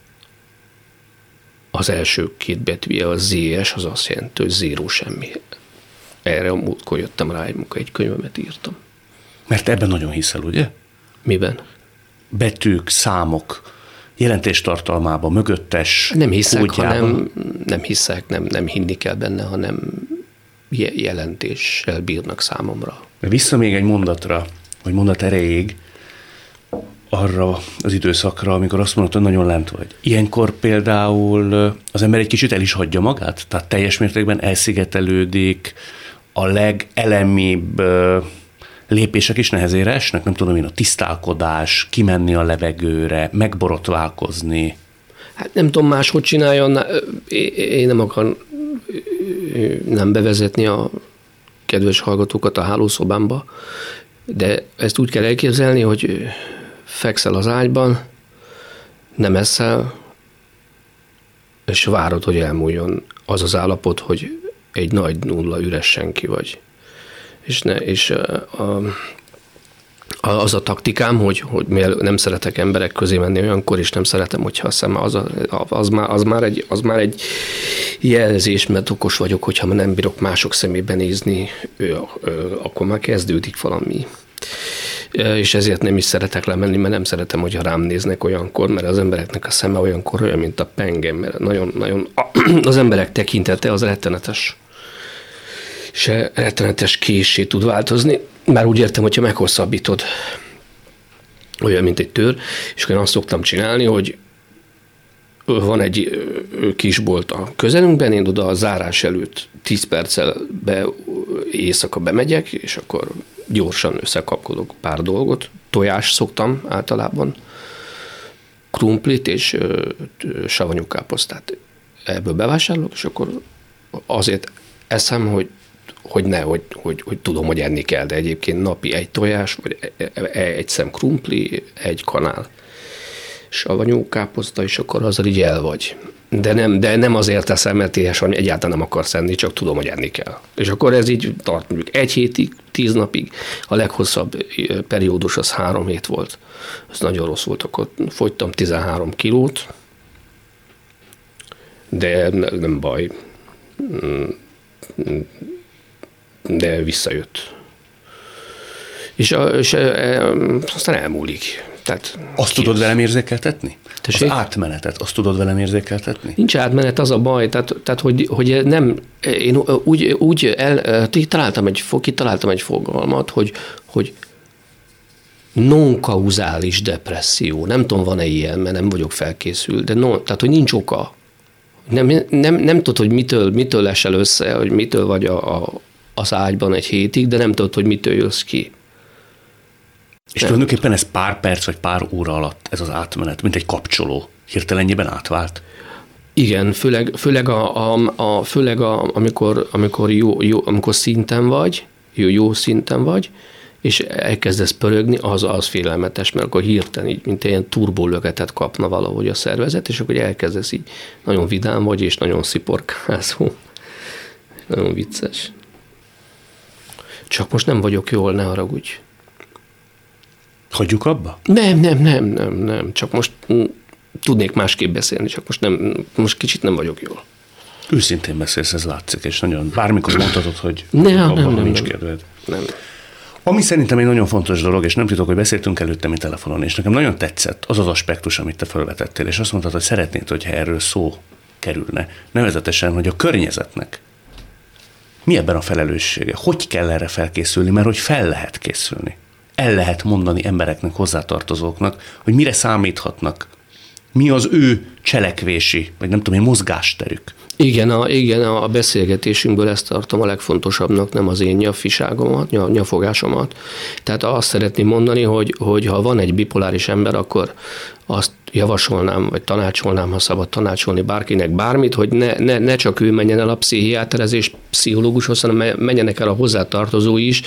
az első két betűje, a zé es, az azt jelenti, hogy zéró semmi. Erre a múltkor jöttem rá, amikor egy könyvemet írtam. Mert ebben nagyon hiszel, ugye? Miben? Betűk, számok, jelentéstartalmában, mögöttes nem hiszek, kódjában. hanem nem hiszek, nem, nem hinni kell benne, hanem jelentéssel bírnak számomra. Vissza még egy mondatra, vagy mondat erejéig, arra az időszakra, amikor azt mondod, hogy nagyon lent vagy. Ilyenkor például az ember egy kicsit el is hagyja magát? Tehát teljes mértékben elszigetelődik, a legelemibb lépések is nehezére esnek? Nem tudom én, a tisztálkodás, kimenni a levegőre, megborotválkozni. Hát nem tudom máshogy csináljon. Én nem akar nem bevezetni a kedves hallgatókat a hálószobámba, de ezt úgy kell elképzelni, hogy fekszel az ágyban, nem eszel, és várod, hogy elmúljon az az állapot, hogy egy nagy nulla üres senki vagy. És, ne, és a, a, az a taktikám, hogy, hogy nem szeretek emberek közé menni olyankor, és nem szeretem, hogyha a szem, az, a, az, már, az, már egy, az már egy jelzés, mert okos vagyok, hogyha nem bírok mások szemébe nézni, ő, ő, akkor már kezdődik valami. És ezért nem is szeretek lemenni, mert nem szeretem, hogyha rám néznek olyankor, mert az embereknek a szeme olyankor olyan, mint a pengem, mert nagyon, nagyon, az emberek tekintete az rettenetes. És rettenetes késsé tud változni. Már úgy értem, hogyha meghosszabbítod, olyan, mint egy tör, és akkor én azt szoktam csinálni, hogy van egy kisbolt a közelünkben, én oda a zárás előtt tíz perccel be, éjszaka bemegyek, és akkor gyorsan összekapkodok pár dolgot. Tojás szoktam általában, krumplit és savanyú káposztát ebből bevásárolok, és akkor azért eszem, hogy hogy ne, hogy, hogy, hogy tudom, hogy enni kell, de egyébként napi egy tojás, vagy egy szem krumpli, egy kanál savanyú káposzta, és akkor azzal így el vagy. De nem, de nem azért teszem, mert éhes vagy, egyáltalán nem akarsz enni, csak tudom, hogy enni kell. És akkor ez így tart mondjuk egy hétig, tíz napig. A leghosszabb periódus az három hét volt. Ez nagyon rossz volt, akkor fogytam tizenhárom kilót, de nem baj. De visszajött. És, a, és aztán elmúlik. Tehát azt tudod velem érzékeltetni? Tessék? Az átmenetet, azt tudod velem érzékeltetni? Nincs átmenet, az a baj, tehát, tehát hogy, hogy nem, én úgy, úgy el, találtam egy, kitaláltam egy fogalmat, hogy, hogy non-kauzális depresszió. Nem tudom, van-e ilyen, mert nem vagyok felkészült, de non, tehát, hogy nincs oka. Nem, nem, nem tudod, hogy mitől, mitől esel össze, hogy mitől vagy a, a, az ágyban egy hétig, de nem tudod, hogy mitől jössz ki. És nem. Tulajdonképpen ez pár perc vagy pár óra alatt ez az átmenet, mint egy kapcsoló, hirtelenjében átvált? Igen, főleg, főleg, a, a, a, főleg a, amikor, amikor, jó, jó, amikor szinten vagy, jó, jó szinten vagy, és elkezdesz pörögni, az, az félelmetes, mert akkor hirtelen így, mint ilyen turbólöketet kapna valahogy a szervezet, és akkor elkezdesz így, nagyon vidám vagy, és nagyon sziporkázó. Nagyon vicces. Csak most nem vagyok jól, ne haragudj. Hagyjuk abba? Nem, nem, nem, nem, nem. Csak most m- tudnék másképp beszélni, csak most, nem, most kicsit nem vagyok jól. Őszintén beszélsz, ez látszik, és nagyon bármikor mondhatod, hogy nem, abban, nem, nem, nincs nem. kedved. Nem. Ami szerintem egy nagyon fontos dolog, és nem titok, hogy beszéltünk előtte mi telefonon, és nekem nagyon tetszett az az aspektus, amit te felvetettél, és azt mondtad, hogy szeretnéd, hogyha erről szó kerülne. Nevezetesen, hogy a környezetnek mi ebben a felelőssége? Hogy kell erre felkészülni? Mert hogy fel lehet készülni. El lehet mondani embereknek, hozzátartozóknak, hogy mire számíthatnak, mi az ő cselekvési, vagy nem tudom én, mozgásterük. Igen, a, igen, a beszélgetésünkből ezt tartom a legfontosabbnak, nem az én nyafiságomat, nyafogásomat. Tehát azt szeretném mondani, hogy, hogy ha van egy bipoláris ember, akkor azt javasolnám, vagy tanácsolnám, ha szabad tanácsolni bárkinek bármit, hogy ne, ne, ne csak ő menjen el a pszichiáterezés pszichológushoz, hanem menjenek el a hozzátartozói is,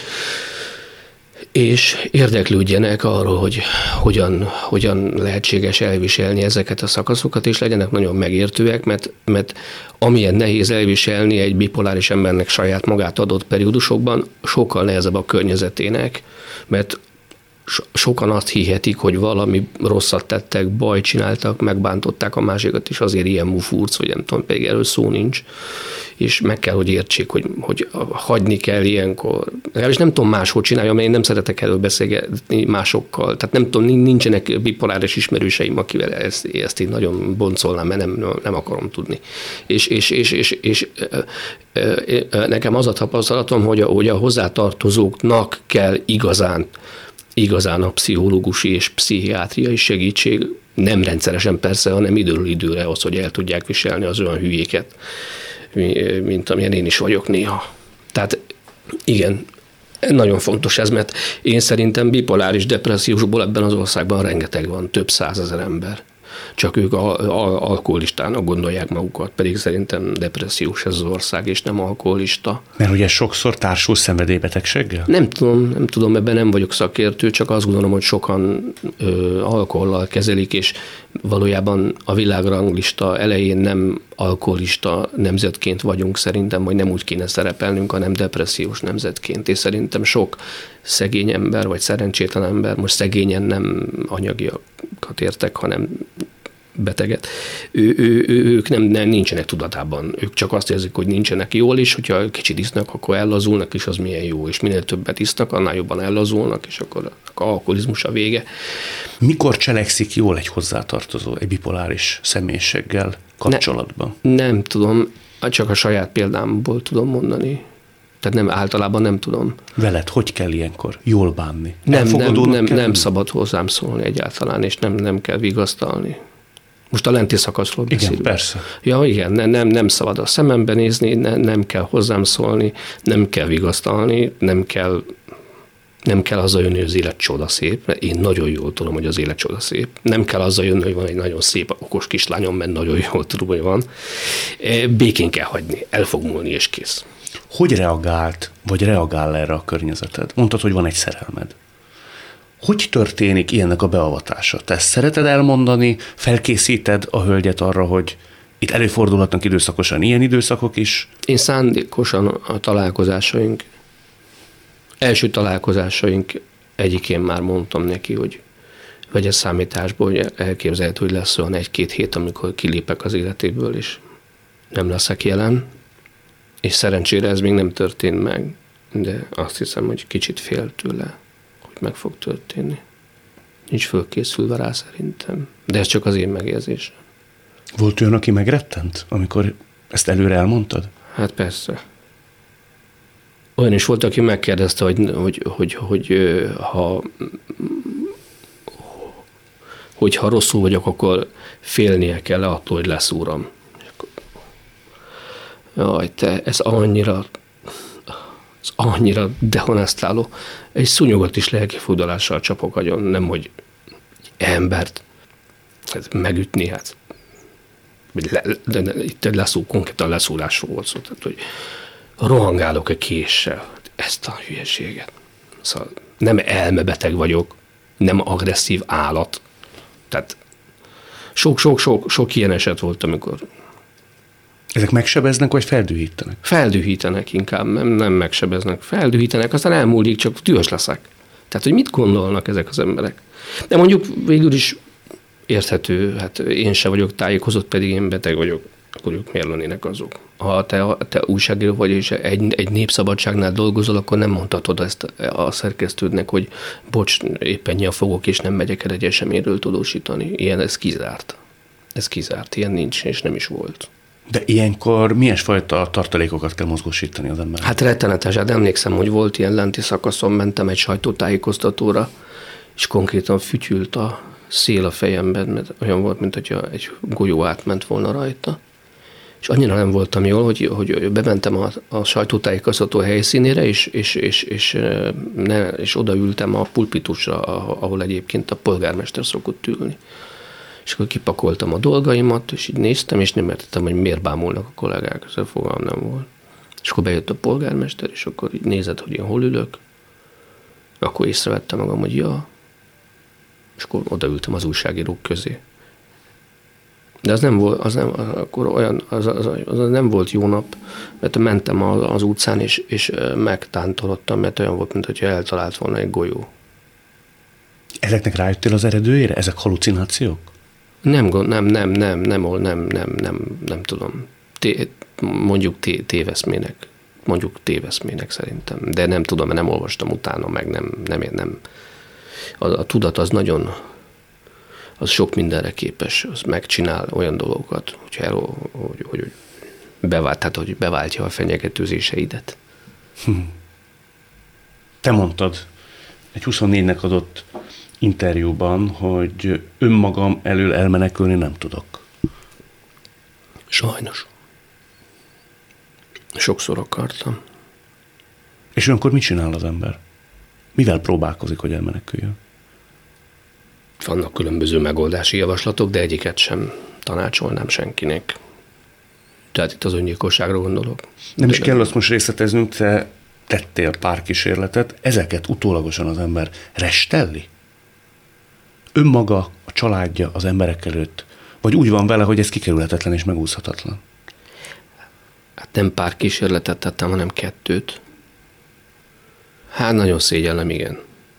és érdeklődjenek arról, hogy hogyan, hogyan lehetséges elviselni ezeket a szakaszokat, és legyenek nagyon megértőek, mert, mert amilyen nehéz elviselni egy bipoláris embernek saját magát adott periódusokban, sokkal nehezebb a környezetének, mert sokan azt hihetik, hogy valami rosszat tettek, bajt csináltak, megbántották a másikat, és azért ilyen mufurc, vagy nem tudom, pedig erről szó nincs. És meg kell, hogy értsék, hogy, hogy hagyni kell ilyenkor. És nem tudom máshol csinálja, mert én nem szeretek erről beszélgetni másokkal. Tehát nem tudom, nincsenek bipoláris ismerőseim, akivel ezt, ezt én nagyon boncolnám, mert nem, nem akarom tudni. És, és, és, és, és nekem az a tapasztalatom, hogy a, hogy a hozzátartozóknak kell igazán igazán a pszichológusi és pszichiátriai segítség, nem rendszeresen persze, hanem időről időre az, hogy el tudják viselni az olyan hülyéket, mint amilyen én is vagyok néha. Tehát igen, nagyon fontos ez, mert én szerintem bipoláris depressziósból ebben az országban rengeteg van, több százezer ember. Csak ők a, a, alkoholistának gondolják magukat, pedig szerintem depressziós ez az ország, és nem alkoholista. Mert ugye sokszor társul szenvedélybetegséggel? Nem tudom, nem tudom, ebben nem vagyok szakértő, csak azt gondolom, hogy sokan ö, alkohollal kezelik, és valójában a világranglista elején nem alkoholista nemzetként vagyunk szerintem, vagy nem úgy kéne szerepelnünk, hanem depressziós nemzetként, és szerintem sok szegény ember, vagy szerencsétlen ember, most szegényen nem anyagiakat értek, hanem beteget, ő, ő, ő, ők nem, nem nincsenek tudatában, ők csak azt érzik, hogy nincsenek jól, és hogyha kicsit isznak, akkor ellazulnak, és az milyen jó, és minél többet isznak, annál jobban ellazulnak, és akkor a alkoholizmus a vége. Mikor cselekszik jól egy hozzátartozó, egy bipoláris személyiséggel kapcsolatban? Ne, nem tudom, csak a saját példámból tudom mondani. Tehát nem, általában nem tudom. Veled hogy kell ilyenkor jól bánni? Nem, nem, nem, nem szabad hozzám szólni egyáltalán, és nem, nem kell vigasztalni. Most a lenti szakaszról beszélünk. Igen, persze. Ja, igen, ne, nem, nem szabad a szemembe nézni, ne, nem kell hozzám szólni, nem kell vigasztalni, nem kell, nem kell azzal jönni, hogy az élet csoda szép, mert én nagyon jól tudom, hogy az élet csoda szép. Nem kell azzal jönni, hogy van egy nagyon szép, okos kislányom, mert nagyon jól tudom, hogy van. Békén kell hagyni, el fog múlni, és kész. Hogy reagált, vagy reagál erre a környezeted? Mondtad, hogy van egy szerelmed. Hogy történik ilyennek a beavatása? Te ezt szereted elmondani, felkészíted a hölgyet arra, hogy itt előfordulhatnak időszakosan ilyen időszakok is? Én szándékosan a találkozásaink Első találkozásaink egyikén már mondtam neki, hogy vegyes számításból, hogy elképzelhető, hogy lesz olyan egy-két hét, amikor kilépek az életéből, és nem leszek jelen. És szerencsére ez még nem történt meg, de azt hiszem, hogy kicsit fél tőle, hogy meg fog történni. Nincs fölkészülve rá szerintem, de ez csak az én megérzésem. Volt olyan, aki megrettent, amikor ezt előre elmondtad? Hát persze. Olyan is volt, aki megkérdezte, hogy, hogy, hogy, hogy ha, hogy ha rosszul vagyok, akkor félnie kell attól, hogy lesz uram. Jaj, te, ez annyira, ez annyira dehonestáló. Egy szúnyogot is lelki furdalással csapok agyon, nem hogy embert hát megütni, hát le, de, de, itt leszúr, konkrétan leszúrásról volt szó, tehát hogy rohangálok a késsel, ezt a hülyeséget. Szóval nem elmebeteg vagyok, nem agresszív állat, tehát sok-sok-sok sok ilyen eset volt, amikor ezek megsebeznek, vagy feldühítenek? Feldühítenek inkább, nem, nem megsebeznek. Feldühítenek, aztán elmúlik, csak dühös leszek. Tehát, hogy mit gondolnak ezek az emberek? De mondjuk végül is érthető, hát én se vagyok tájékozott, pedig én beteg vagyok, akkor ők miért lennének azok? Ha te, te újságíró vagy, és egy, egy népszabadságnál dolgozol, akkor nem mondhatod ezt a szerkesztődnek, hogy bocs, éppen nyilván fogok, és nem megyek el egy eseményről tudósítani. Ilyen, ez kizárt. Ez kizárt. Ilyen nincs, és nem is volt. De ilyenkor milyen fajta tartalékokat kell mozgósítani az embernek? Hát rettenetes. Hát emlékszem, hogy volt ilyen lenti szakaszon, mentem egy sajtótájékoztatóra, és konkrétan fütyült a szél a fejemben, mert olyan volt, mint hogyha egy golyó átment volna rajta. És annyira nem voltam jól, hogy, hogy bementem a, a sajtótájékoztató helyszínére, és, és, és, és, ne, és odaültem a pulpitusra, ahol egyébként a polgármester szokott ülni. És akkor kipakoltam a dolgaimat, és így néztem, és nem értettem, hogy miért bámulnak a kollégák, ez fogalmam nem volt. És akkor bejött a polgármester, és akkor így nézett, hogy én hol ülök, akkor észrevettem magam, hogy ja, és akkor odaültem az újságírók közé. De az nem volt, az nem, akkor olyan, az, az, az nem volt jó nap, mert mentem az utcán, és, és megtántorodtam, mert olyan volt, mintha eltalált volna egy golyó. Ezeknek rájöttél az eredőjére? Ezek halucinációk? Nem, nem, nem, nem, nem, nem, nem, nem, nem tudom. Té, mondjuk té, téveszmének. Mondjuk téveszmének szerintem. De nem tudom, mert nem olvastam utána, meg nem, nem, nem. A, a tudat az nagyon, az sok mindenre képes, az megcsinál olyan dolgokat, hogy, el, hogy, hogy, bevált, tehát, hogy beváltja a fenyegetőzéseidet. Hm. Te mondtad egy huszonnégynek adott interjúban, hogy önmagam elől elmenekülni nem tudok. Sajnos. Sokszor akartam. És olyankor mit csinál az ember? Mivel próbálkozik, hogy elmeneküljön? Vannak különböző megoldási javaslatok, de egyiket sem tanácsolnám senkinek. Tehát itt az öngyilkosságra gondolok. Nem is kell azt most részleteznünk, te tettél pár kísérletet, ezeket utólagosan az ember restelli? Önmaga, a családja, az emberek előtt, vagy úgy van vele, hogy ez kikerülhetetlen és megúszhatatlan? Hát nem pár kísérletet tettem, hanem kettőt. Hát nagyon szégyellem, igen.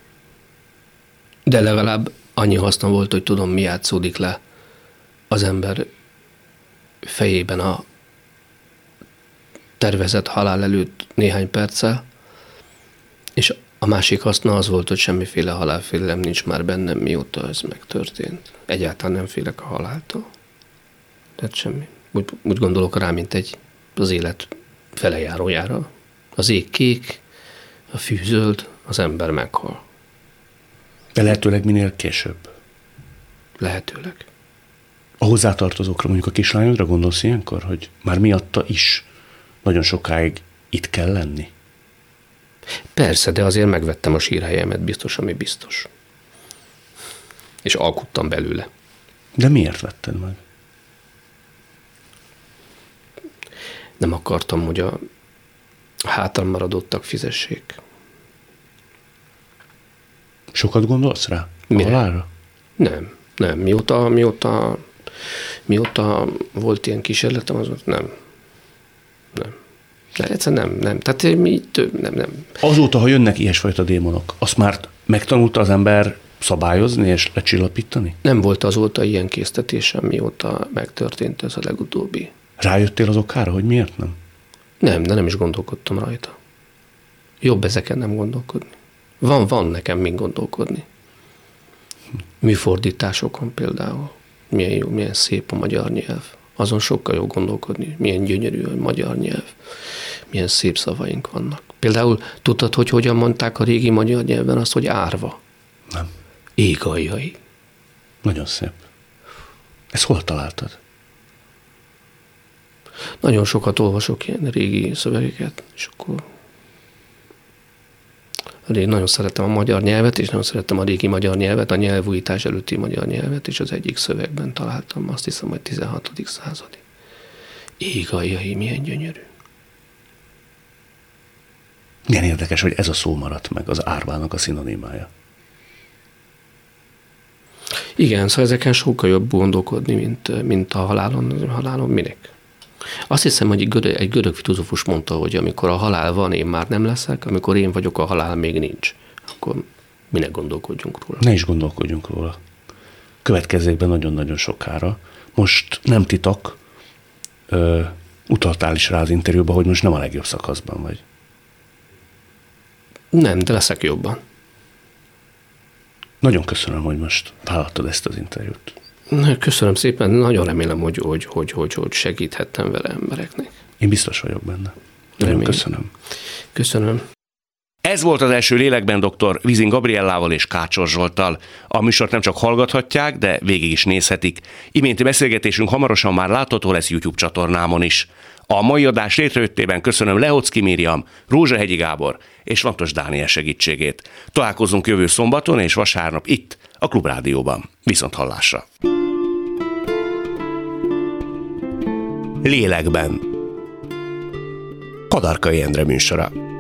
De legalább annyi haszna volt, hogy tudom, mi játszódik le az ember fejében a tervezett halál előtt néhány perccel, és a másik haszna az volt, hogy semmiféle halálfélelem nincs már bennem, mióta ez megtörtént. Egyáltalán nem félek a haláltól. Tehát semmi. Úgy, úgy gondolok rá, mint egy az élet felejárójára. Az ég kék, a fű zöld, az ember meghal. De lehetőleg minél később. Lehetőleg. A hozzátartozókra, mondjuk a kislányodra gondolsz ilyenkor, hogy már miatta is nagyon sokáig itt kell lenni? Persze, de azért megvettem a sírhelyemet, biztos, ami biztos. És alkuttam belőle. De miért vetted meg? Nem akartam, hogy a hátram maradottak fizessék. Sokat gondolsz rá? Mire? Halálra? Nem, nem. Mióta, mióta, mióta volt ilyen kísérletem, az nem. Nem. De egyszerűen nem, nem. Tehát mi több, nem, nem. Azóta, ha jönnek ilyesfajta démonok, azt már megtanulta az ember szabályozni és lecsillapítani? Nem volt azóta ilyen késztetésem, mióta megtörtént ez a legutóbbi. Rájöttél az okára, hogy miért nem? Nem, de nem is gondolkodtam rajta. Jobb ezeken nem gondolkodni. Van, van nekem még gondolkodni. Műfordításokon például. Milyen jó, milyen szép a magyar nyelv. Azon sokkal jó gondolkodni. Milyen gyönyörű a magyar nyelv. Milyen szép szavaink vannak. Például tudtad, hogy hogyan mondták a régi magyar nyelven azt, hogy árva? Nem. Égaljai. Nagyon szép. Ezt hol találtad? Nagyon sokat olvasok ilyen régi szövegeket, és akkor én nagyon szeretem a magyar nyelvet, és nagyon szeretem a régi magyar nyelvet, a nyelvújítás előtti magyar nyelvet, és az egyik szövegben találtam, azt hiszem, hogy tizenhatodik századi. Égaljai, milyen gyönyörű. Milyen érdekes, hogy ez a szó maradt meg, az árvának a szinonimája. Igen, szóval ezeken sokkal jobb gondolkodni, mint, mint a halálon. Halálon minek? Azt hiszem, hogy egy görög, egy görög filozófus mondta, hogy amikor a halál van, én már nem leszek, amikor én vagyok, a halál még nincs. Akkor minek gondolkodjunk róla? Ne is gondolkodjunk róla. Következőkben nagyon-nagyon sokára. Most nem titok, ö, utaltál is rá az interjúban, hogy most nem a legjobb szakaszban vagy. Nem, de leszek jobban. Nagyon köszönöm, hogy most vállaltad ezt az interjút. Köszönöm szépen, nagyon remélem, hogy, hogy, hogy, hogy, hogy segíthettem vele embereknek. Én biztos vagyok benne. Nagyon Remény. köszönöm. Köszönöm. Ez volt az első Lélekben dr. Vizing Gabriellával és Kácsor Zsolttal. A műsort nem csak hallgathatják, de végig is nézhetik. Iménti beszélgetésünk hamarosan már látható lesz YouTube csatornámon is. A mai adás létrejöttében köszönöm Lehocki Miriam, Rózsahegyi Gábor és Lantos Dániel segítségét. Találkozunk jövő szombaton és vasárnap itt, a Klubrádióban. Viszont hallásra! Lélekben. Kadarkai Endre műsora.